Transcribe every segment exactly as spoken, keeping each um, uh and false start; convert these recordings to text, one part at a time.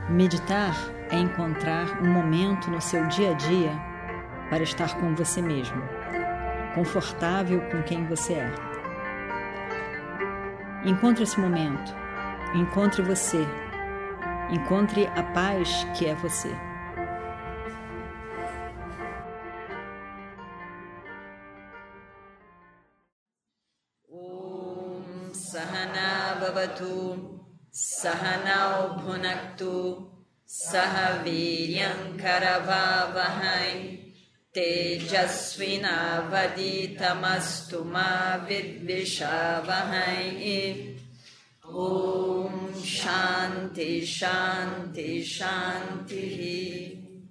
Meditar é encontrar um momento no seu dia a dia para estar com você mesmo, confortável com quem você é. Encontre esse momento, encontre você, encontre a paz que é você. Om Sahana Bhavatu Sahanau Bhunaktu Sahaviryam Karavavahai Tejasvina Vaditamastu Ma Vidvishavahai. Om Shanti Shanti Shanti.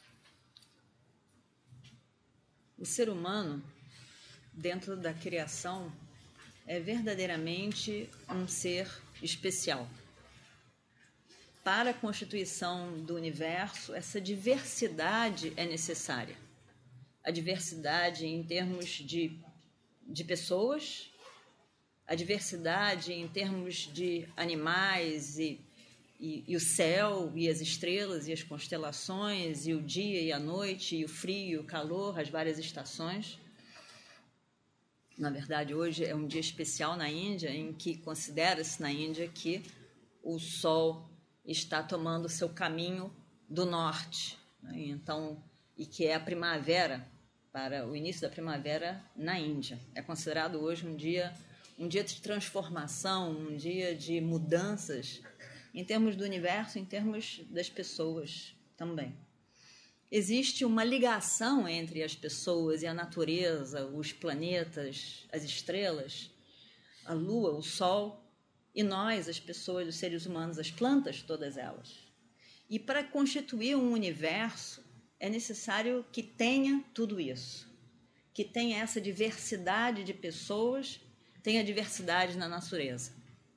O ser humano, dentro da criação, é verdadeiramente um ser especial. Para a constituição do universo, essa diversidade é necessária. A diversidade em termos de, de pessoas, a diversidade em termos de animais e, e, e o céu e as estrelas e as constelações e o dia e a noite e o frio e o calor, as várias estações. Na verdade, hoje é um dia especial na Índia, em que considera-se na Índia que o Sol está tomando seu caminho do norte, né? Então, e que é a primavera, para o início da primavera na Índia. É considerado hoje um dia, um dia de transformação, um dia de mudanças, em termos do universo, em termos das pessoas também. Existe uma ligação entre as pessoas e a natureza, os planetas, as estrelas, a lua, o sol, e nós, as pessoas, os seres humanos, as plantas, todas elas. E para constituir um universo, é necessário que tenha tudo isso, que tenha essa diversidade de pessoas, tenha diversidade na natureza.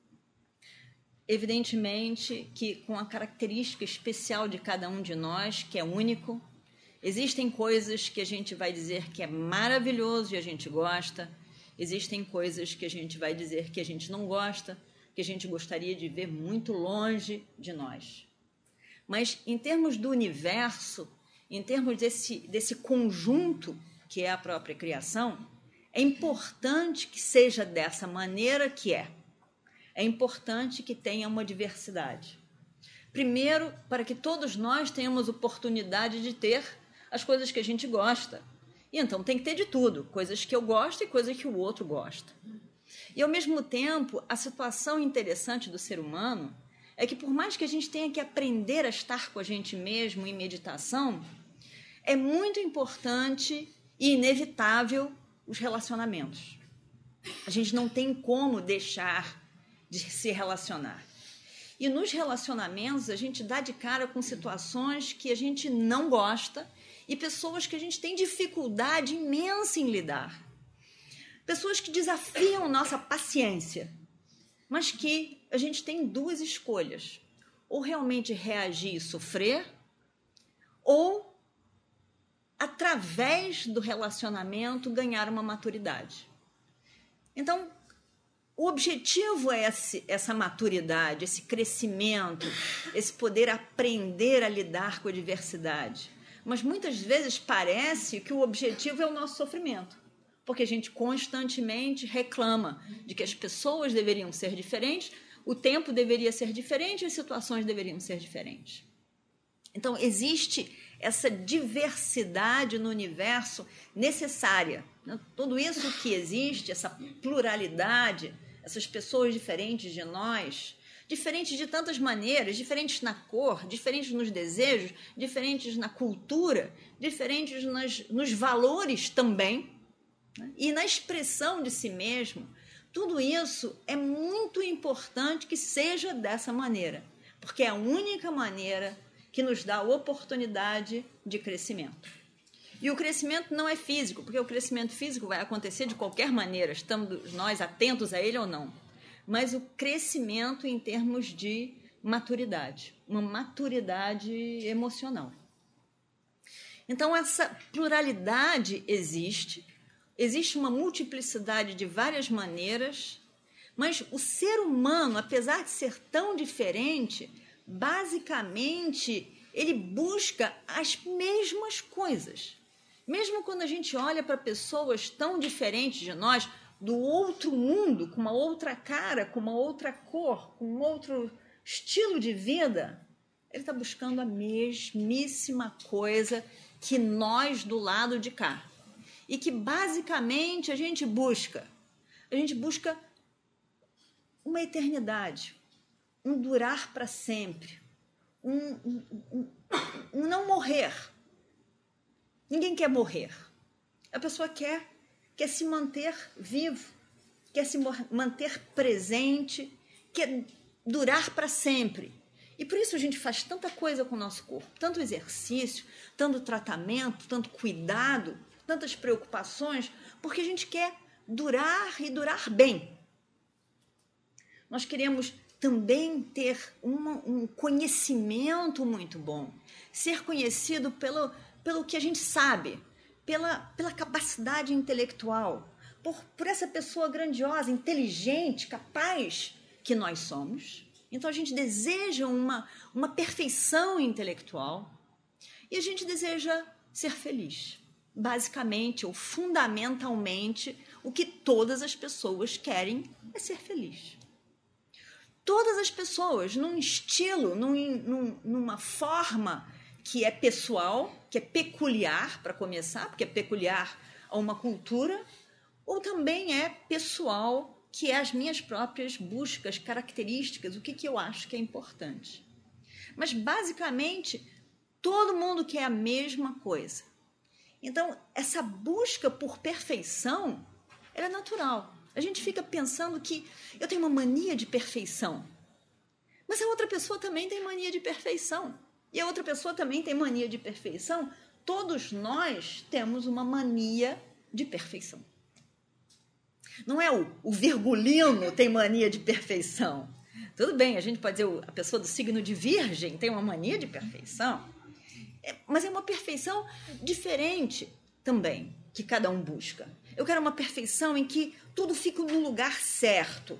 Evidentemente que com a característica especial de cada um de nós, que é único, existem coisas que a gente vai dizer que é maravilhoso e a gente gosta, existem coisas que a gente vai dizer que a gente não gosta, que a gente gostaria de ver muito longe de nós. Mas em termos do universo, em termos desse, desse conjunto que é a própria criação, é importante que seja dessa maneira que é. É importante que tenha uma diversidade. Primeiro, para que todos nós tenhamos oportunidade de ter as coisas que a gente gosta. E então tem que ter de tudo, coisas que eu gosto e coisas que o outro gosta. E, ao mesmo tempo, a situação interessante do ser humano é que, por mais que a gente tenha que aprender a estar com a gente mesmo em meditação, é muito importante e inevitável os relacionamentos. A gente não tem como deixar de se relacionar. E nos relacionamentos, a gente dá de cara com situações que a gente não gosta e pessoas que a gente tem dificuldade imensa em lidar. Pessoas que desafiam nossa paciência, mas que a gente tem duas escolhas. Ou realmente reagir e sofrer, ou, através do relacionamento, ganhar uma maturidade. Então, o objetivo é esse, essa maturidade, esse crescimento, esse poder aprender a lidar com a diversidade. Mas muitas vezes parece que o objetivo é o nosso sofrimento, porque a gente constantemente reclama de que as pessoas deveriam ser diferentes, o tempo deveria ser diferente e as situações deveriam ser diferentes. Então, existe essa diversidade no universo necessária, né? Tudo isso que existe, essa pluralidade, essas pessoas diferentes de nós, diferentes de tantas maneiras, diferentes na cor, diferentes nos desejos, diferentes na cultura, diferentes nas, nos valores também, né? E na expressão de si mesmo. Tudo isso é muito importante que seja dessa maneira, porque é a única maneira que nos dá a oportunidade de crescimento. E o crescimento não é físico, porque o crescimento físico vai acontecer de qualquer maneira, estamos nós atentos a ele ou não. Mas o crescimento em termos de maturidade, uma maturidade emocional. Então, essa pluralidade existe, existe uma multiplicidade de várias maneiras, mas o ser humano, apesar de ser tão diferente, basicamente, ele busca as mesmas coisas. Mesmo quando a gente olha para pessoas tão diferentes de nós, do outro mundo, com uma outra cara, com uma outra cor, com um outro estilo de vida, ele está buscando a mesmíssima coisa que nós do lado de cá. E que, basicamente, a gente busca. A gente busca uma eternidade, um durar para sempre, um, um, um, um não morrer. Ninguém quer morrer. A pessoa quer, quer se manter vivo, quer se manter presente, quer durar para sempre. E por isso a gente faz tanta coisa com o nosso corpo, tanto exercício, tanto tratamento, tanto cuidado, tantas preocupações, porque a gente quer durar e durar bem. Nós queremos também ter uma, um conhecimento muito bom, ser conhecido pelo, pelo que a gente sabe, pela, pela capacidade intelectual, por, por essa pessoa grandiosa, inteligente, capaz que nós somos. Então, a gente deseja uma, uma perfeição intelectual e a gente deseja ser feliz. Basicamente, ou fundamentalmente, o que todas as pessoas querem é ser feliz. Todas as pessoas, num estilo, num, num, numa forma que é pessoal, que é peculiar, para começar, porque é peculiar a uma cultura, ou também é pessoal, que é as minhas próprias buscas, características, o que, que eu acho que é importante. Mas, basicamente, todo mundo quer a mesma coisa. Então, essa busca por perfeição, ela é natural. A gente fica pensando que eu tenho uma mania de perfeição, mas a outra pessoa também tem mania de perfeição. E a outra pessoa também tem mania de perfeição. Todos nós temos uma mania de perfeição. Não é o, o virgulino tem mania de perfeição. Tudo bem, a gente pode dizer a pessoa do signo de Virgem tem uma mania de perfeição, é, mas é uma perfeição diferente também, que cada um busca. Eu quero uma perfeição em que tudo fica no lugar certo.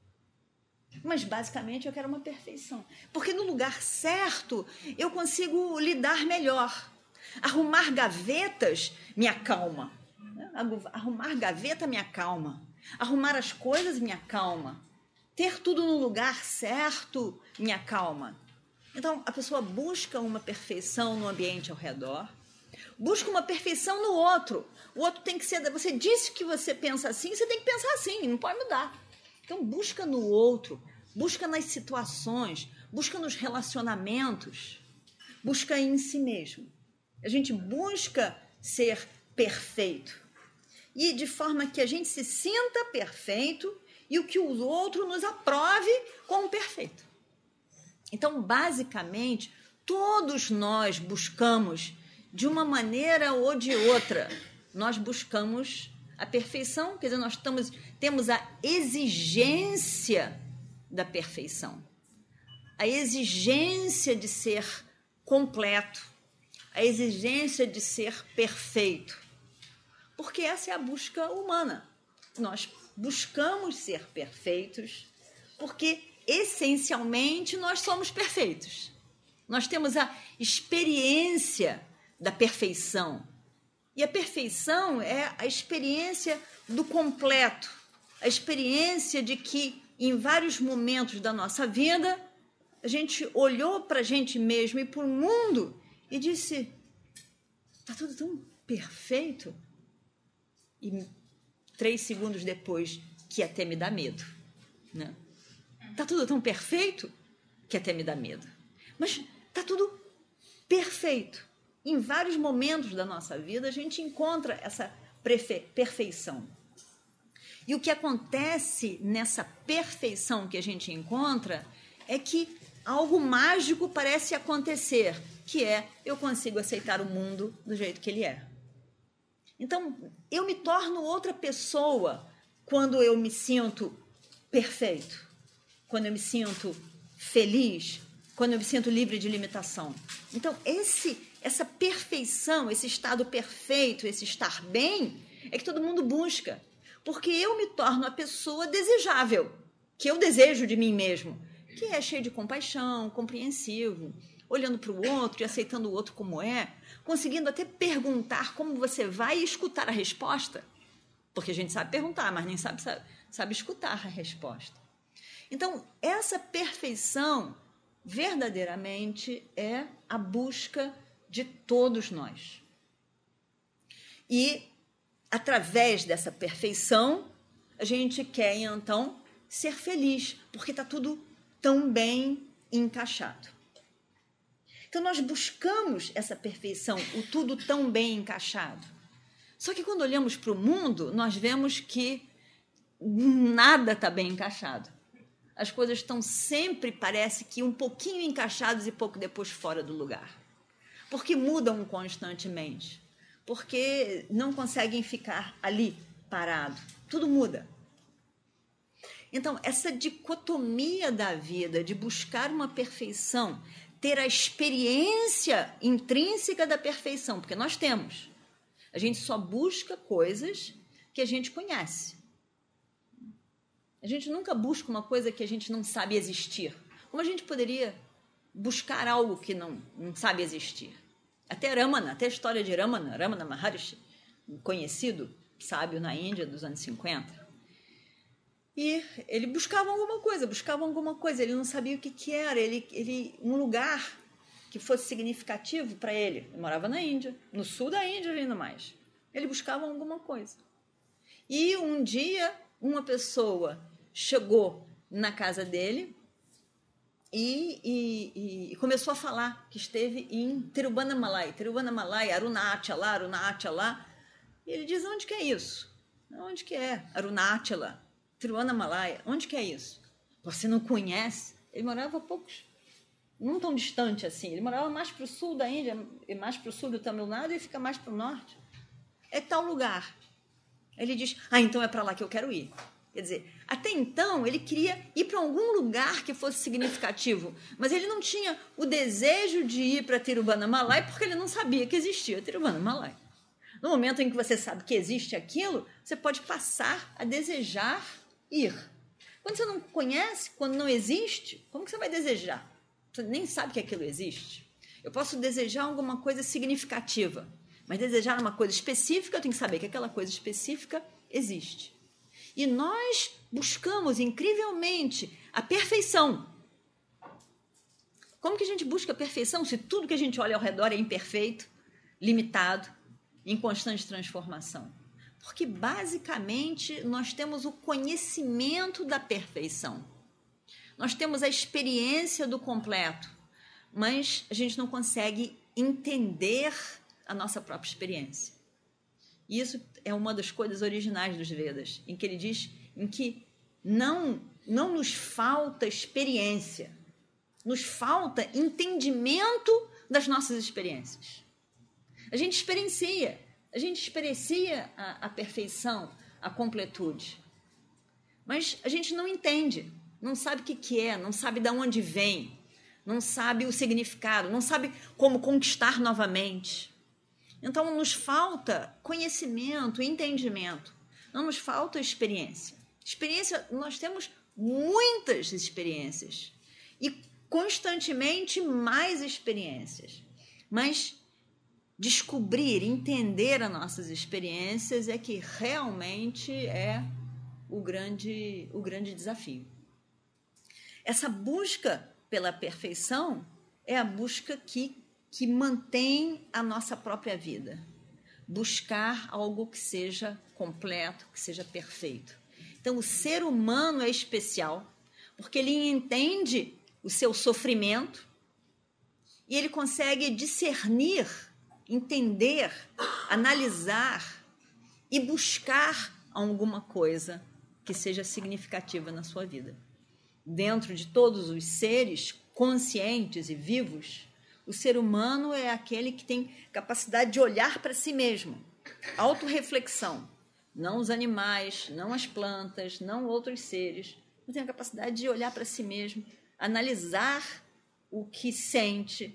Mas, basicamente, eu quero uma perfeição. Porque no lugar certo eu consigo lidar melhor. Arrumar gavetas me acalma. Arrumar gaveta me acalma. Arrumar as coisas me acalma. Ter tudo no lugar certo me acalma. Então, a pessoa busca uma perfeição no ambiente ao redor, busca uma perfeição no outro. O outro tem que ser... Você disse que você pensa assim, você tem que pensar assim, não pode mudar. Então, busca no outro, busca nas situações, busca nos relacionamentos, busca em si mesmo. A gente busca ser perfeito. E de forma que a gente se sinta perfeito e o que o outro nos aprove como perfeito. Então, basicamente, todos nós buscamos, de uma maneira ou de outra, nós buscamos a perfeição, quer dizer, nós estamos, temos a exigência da perfeição, a exigência de ser completo, a exigência de ser perfeito, porque essa é a busca humana. Nós buscamos ser perfeitos porque, essencialmente, nós somos perfeitos. Nós temos a experiência da perfeição. E a perfeição é a experiência do completo, a experiência de que, em vários momentos da nossa vida, a gente olhou para a gente mesmo e para o mundo e disse: está tudo tão perfeito. E três segundos depois, que até me dá medo. Né? Está tudo tão perfeito que até me dá medo. Mas está tudo perfeito. Em vários momentos da nossa vida, a gente encontra essa perfeição. E o que acontece nessa perfeição que a gente encontra é que algo mágico parece acontecer, que é, eu consigo aceitar o mundo do jeito que ele é. Então, eu me torno outra pessoa quando eu me sinto perfeito, quando eu me sinto feliz, quando eu me sinto livre de limitação. Então, esse, essa perfeição, esse estado perfeito, esse estar bem, é que todo mundo busca. Porque eu me torno a pessoa desejável, que eu desejo de mim mesmo. que é cheio de compaixão, compreensivo, olhando para o outro e aceitando o outro como é, conseguindo até perguntar como você vai e escutar a resposta, porque a gente sabe perguntar, mas nem sabe, sabe, sabe escutar a resposta. Então, essa perfeição verdadeiramente é a busca de todos nós. E, através dessa perfeição, a gente quer, então, ser feliz, porque está tudo tão bem encaixado. Então, nós buscamos essa perfeição, o tudo tão bem encaixado. Só que quando olhamos para o mundo, nós vemos que nada está bem encaixado. As coisas estão sempre, parece que, um pouquinho encaixadas e pouco depois fora do lugar. Porque mudam constantemente. Porque não conseguem ficar ali parado. Tudo muda. Então, essa dicotomia da vida, de buscar uma perfeição, ter a experiência intrínseca da perfeição, porque nós temos. A gente só busca coisas que a gente conhece. A gente nunca busca uma coisa que a gente não sabe existir. Como a gente poderia buscar algo que não, não sabe existir? Até Ramana, até a história de Ramana, Ramana Maharishi, um conhecido sábio na Índia dos anos cinquenta. E ele buscava alguma coisa, buscava alguma coisa, ele não sabia o que, que era, ele, ele, um lugar que fosse significativo para ele. Ele morava na Índia, no sul da Índia ainda mais. Ele buscava alguma coisa. E um dia, uma pessoa chegou na casa dele e, e, e começou a falar que esteve em Tiruvannamalai, Tiruvannamalai, Arunachala, Arunachala. E ele diz, onde que é isso? Onde que é Arunachala? Tiruvannamalai, onde que é isso? Você não conhece? Ele morava a poucos, não tão distante assim. Ele morava mais para o sul da Índia, mais para o sul do Tamil Nadu e fica mais para o norte. É tal lugar. Ele diz, ah, então é para lá que eu quero ir. Quer dizer, até então ele queria ir para algum lugar que fosse significativo, mas ele não tinha o desejo de ir para Tiruvannamalai porque ele não sabia que existia Tiruvannamalai. No momento em que você sabe que existe aquilo, você pode passar a desejar ir. Quando você não conhece, quando não existe, como que você vai desejar? Você nem sabe que aquilo existe. Eu posso desejar alguma coisa significativa, mas desejar uma coisa específica, eu tenho que saber que aquela coisa específica existe. E nós buscamos incrivelmente a perfeição. Como que a gente busca a perfeição se tudo que a gente olha ao redor é imperfeito, limitado, em constante transformação? Porque, basicamente, nós temos o conhecimento da perfeição. Nós temos a experiência do completo, mas a gente não consegue entender a nossa própria experiência. E isso é uma das coisas originais dos Vedas, em que ele diz em que não, não nos falta experiência, nos falta entendimento das nossas experiências. A gente experiencia, a gente experiencia a, a perfeição, a completude, mas a gente não entende, não sabe o que, que é, não sabe de onde vem, não sabe o significado, não sabe como conquistar novamente. Então, nos falta conhecimento, entendimento, não nos falta experiência. Experiência, nós temos muitas experiências e constantemente mais experiências, mas descobrir, entender as nossas experiências é que realmente é o grande, o grande desafio. Essa busca pela perfeição é a busca que, que mantém a nossa própria vida. Buscar algo que seja completo, que seja perfeito. Então, o ser humano é especial porque ele entende o seu sofrimento e ele consegue discernir, entender, analisar e buscar alguma coisa que seja significativa na sua vida. Dentro de todos os seres conscientes e vivos, o ser humano é aquele que tem capacidade de olhar para si mesmo, autorreflexão. Não os animais, não as plantas, não outros seres. Mas tem a capacidade de olhar para si mesmo, analisar o que sente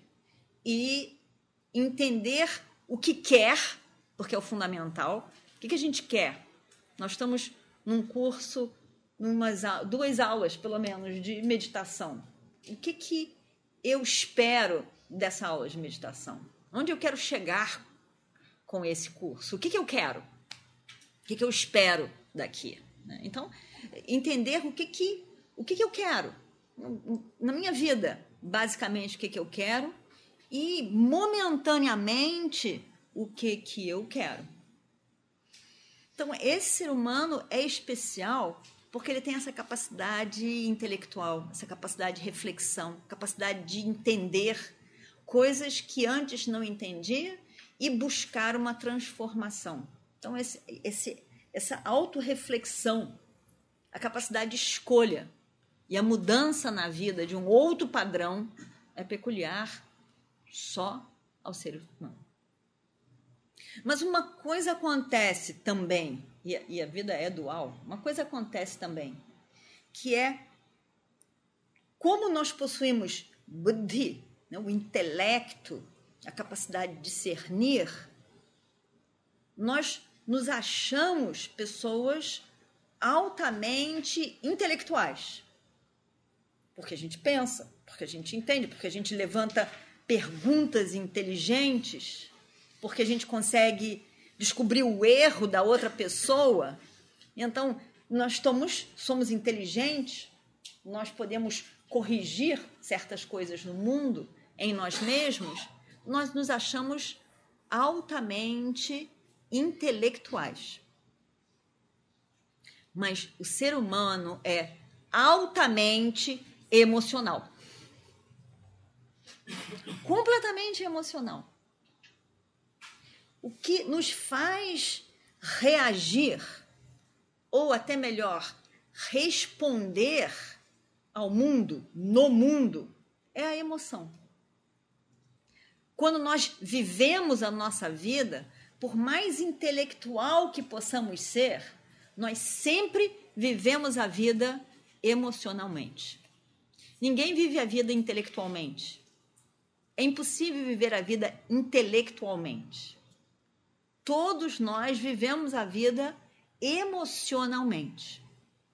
e entender o que quer, porque é o fundamental. O que a gente quer? Nós estamos num curso umas, duas aulas, pelo menos, de meditação. O que, que eu espero dessa aula de meditação? Onde eu quero chegar com esse curso? O que, que eu quero? O que, que eu espero daqui? Então, entender o que, que, o que, que eu quero na minha vida, basicamente o que, que eu quero, e momentaneamente o que, que eu quero. Então, esse ser humano é especial porque ele tem essa capacidade intelectual, essa capacidade de reflexão, capacidade de entender coisas que antes não entendia e buscar uma transformação. Então, esse, esse, essa autorreflexão, a capacidade de escolha e a mudança na vida de um outro padrão é peculiar só ao ser humano. Mas uma coisa acontece também, e a, e a vida é dual, uma coisa acontece também, que é como nós possuímos buddhi, né, o intelecto, a capacidade de discernir, nós nos achamos pessoas altamente intelectuais. Porque a gente pensa, porque a gente entende, porque a gente levanta perguntas inteligentes, porque a gente consegue descobrir o erro da outra pessoa. Então, nós somos, somos inteligentes, nós podemos corrigir certas coisas no mundo, em nós mesmos, nós nos achamos altamente intelectuais. Mas o ser humano é altamente emocional. Completamente emocional. O que nos faz reagir, ou até melhor, responder ao mundo, no mundo, é a emoção. Quando nós vivemos a nossa vida, por mais intelectual que possamos ser, nós sempre vivemos a vida emocionalmente. Ninguém vive a vida intelectualmente. É impossível viver a vida intelectualmente. Todos nós vivemos a vida emocionalmente.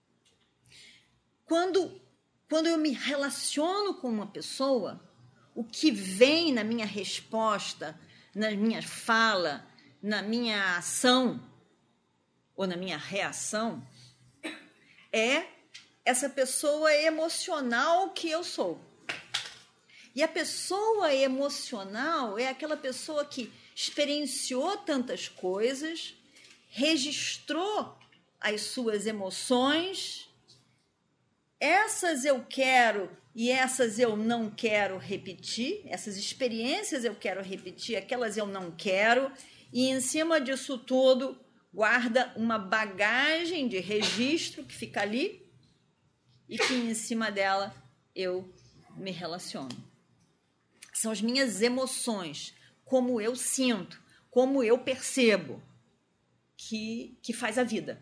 Quando, quando eu me relaciono com uma pessoa, o que vem na minha resposta, na minha fala, na minha ação ou na minha reação, é essa pessoa emocional que eu sou. E a pessoa emocional é aquela pessoa que experienciou tantas coisas, registrou as suas emoções, essas eu quero e essas eu não quero repetir, essas experiências eu quero repetir, aquelas eu não quero, e em cima disso tudo guarda uma bagagem de registro que fica ali e que em cima dela eu me relaciono. São as minhas emoções, como eu sinto, como eu percebo, que, que faz a vida.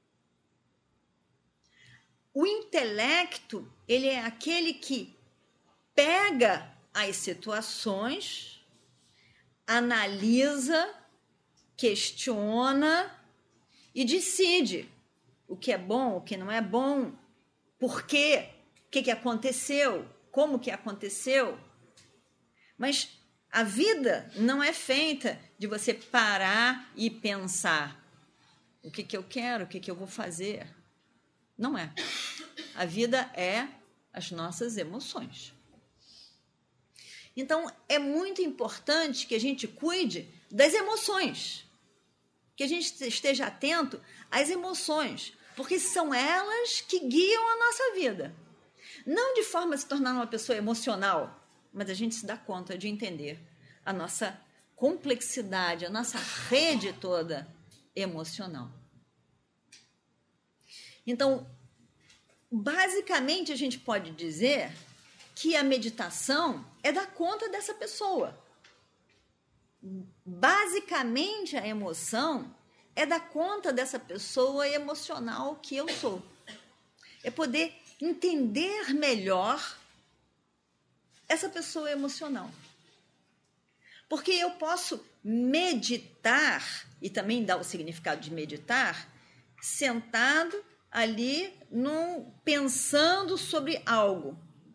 O intelecto, ele é aquele que pega as situações, analisa, questiona e decide o que é bom, o que não é bom, por quê, o que, que aconteceu, como que aconteceu. Mas a vida não é feita de você parar e pensar o que, que eu quero, o que, que eu vou fazer. Não é. A vida é as nossas emoções. Então, é muito importante que a gente cuide das emoções, que a gente esteja atento às emoções, porque são elas que guiam a nossa vida. Não de forma a se tornar uma pessoa emocional, mas a gente se dá conta de entender a nossa complexidade, a nossa rede toda emocional. Então, basicamente, a gente pode dizer que a meditação é dar conta dessa pessoa. Basicamente, a emoção é dar conta dessa pessoa emocional que eu sou. É poder entender melhor essa pessoa emocional. Porque eu posso meditar, e também dar o significado de meditar, sentado, ali num, pensando sobre algo.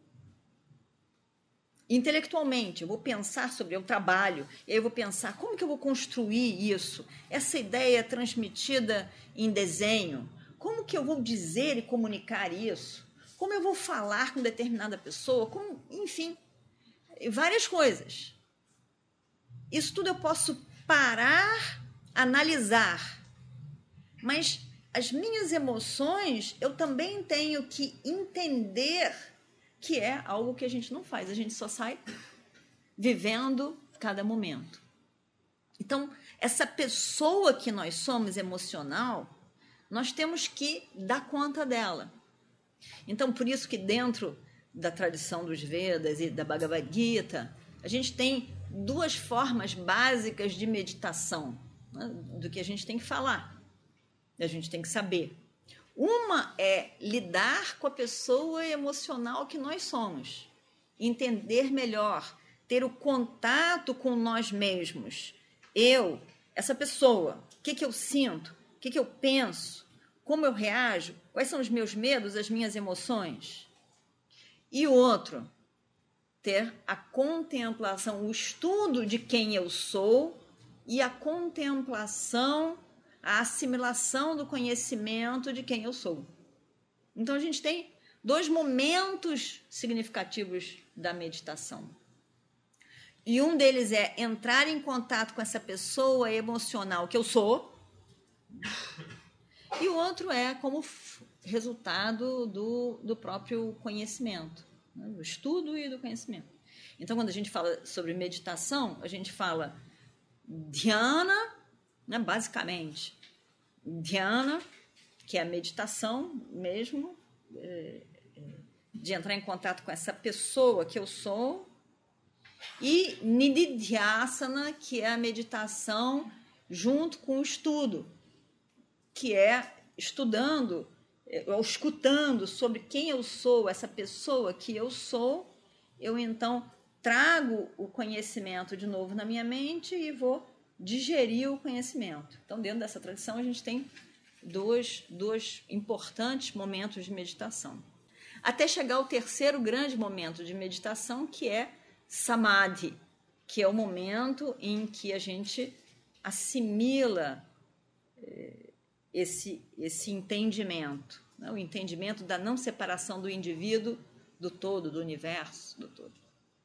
Intelectualmente, eu vou pensar sobre o trabalho, e aí eu vou pensar como que eu vou construir isso, essa ideia transmitida em desenho, como que eu vou dizer e comunicar isso, como eu vou falar com determinada pessoa, como, enfim, várias coisas. Isso tudo eu posso parar, analisar, mas as minhas emoções eu também tenho que entender que é algo que a gente não faz, a gente só sai vivendo cada momento. Então, essa pessoa que nós somos emocional, nós temos que dar conta dela. Então, por isso que dentro da tradição dos Vedas e da Bhagavad Gita, a gente tem duas formas básicas de meditação, né, do que a gente tem que falar, a gente tem que saber. Uma é lidar com a pessoa emocional que nós somos, entender melhor, ter o contato com nós mesmos. Eu, essa pessoa, o que, que eu sinto, o que, que eu penso, como eu reajo, quais são os meus medos, as minhas emoções. E o outro, ter a contemplação, o estudo de quem eu sou e a contemplação, a assimilação do conhecimento de quem eu sou. Então, a gente tem dois momentos significativos da meditação. E um deles é entrar em contato com essa pessoa emocional que eu sou, e o outro é como resultado do, do próprio conhecimento, né? Do estudo e do conhecimento. Então, quando a gente fala sobre meditação, a gente fala dhyana, né, basicamente, dhyana, que é a meditação mesmo, é, de entrar em contato com essa pessoa que eu sou, e nididhyasana, que é a meditação junto com o estudo, que é estudando, ou escutando sobre quem eu sou, essa pessoa que eu sou, eu então trago o conhecimento de novo na minha mente e vou digerir o conhecimento. Então, dentro dessa tradição, a gente tem dois, dois importantes momentos de meditação. Até chegar ao terceiro grande momento de meditação, que é samadhi, que é o momento em que a gente assimila eh, esse, esse entendimento, né? O entendimento da não separação do indivíduo do todo, do universo, do todo.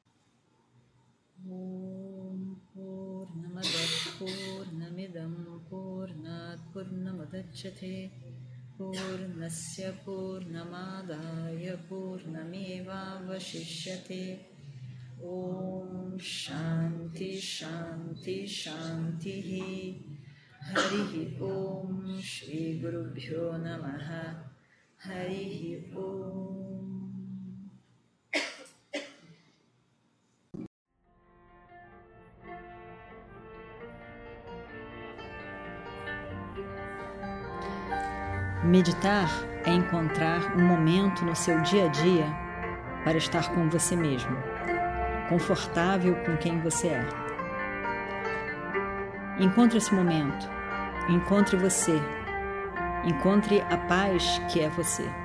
Om Purnamada Purnamidam Purnat Purnamadachyate Purnasya Purnamadaya Purnameva Vashishyate. Om Shanti Shanti Shanti Harihi Om Shri Gurubhyo Namaha Harihi Om. Meditar é encontrar um momento no seu dia a dia para estar com você mesmo, confortável com quem você é. Encontre esse momento, encontre você, encontre a paz que é você.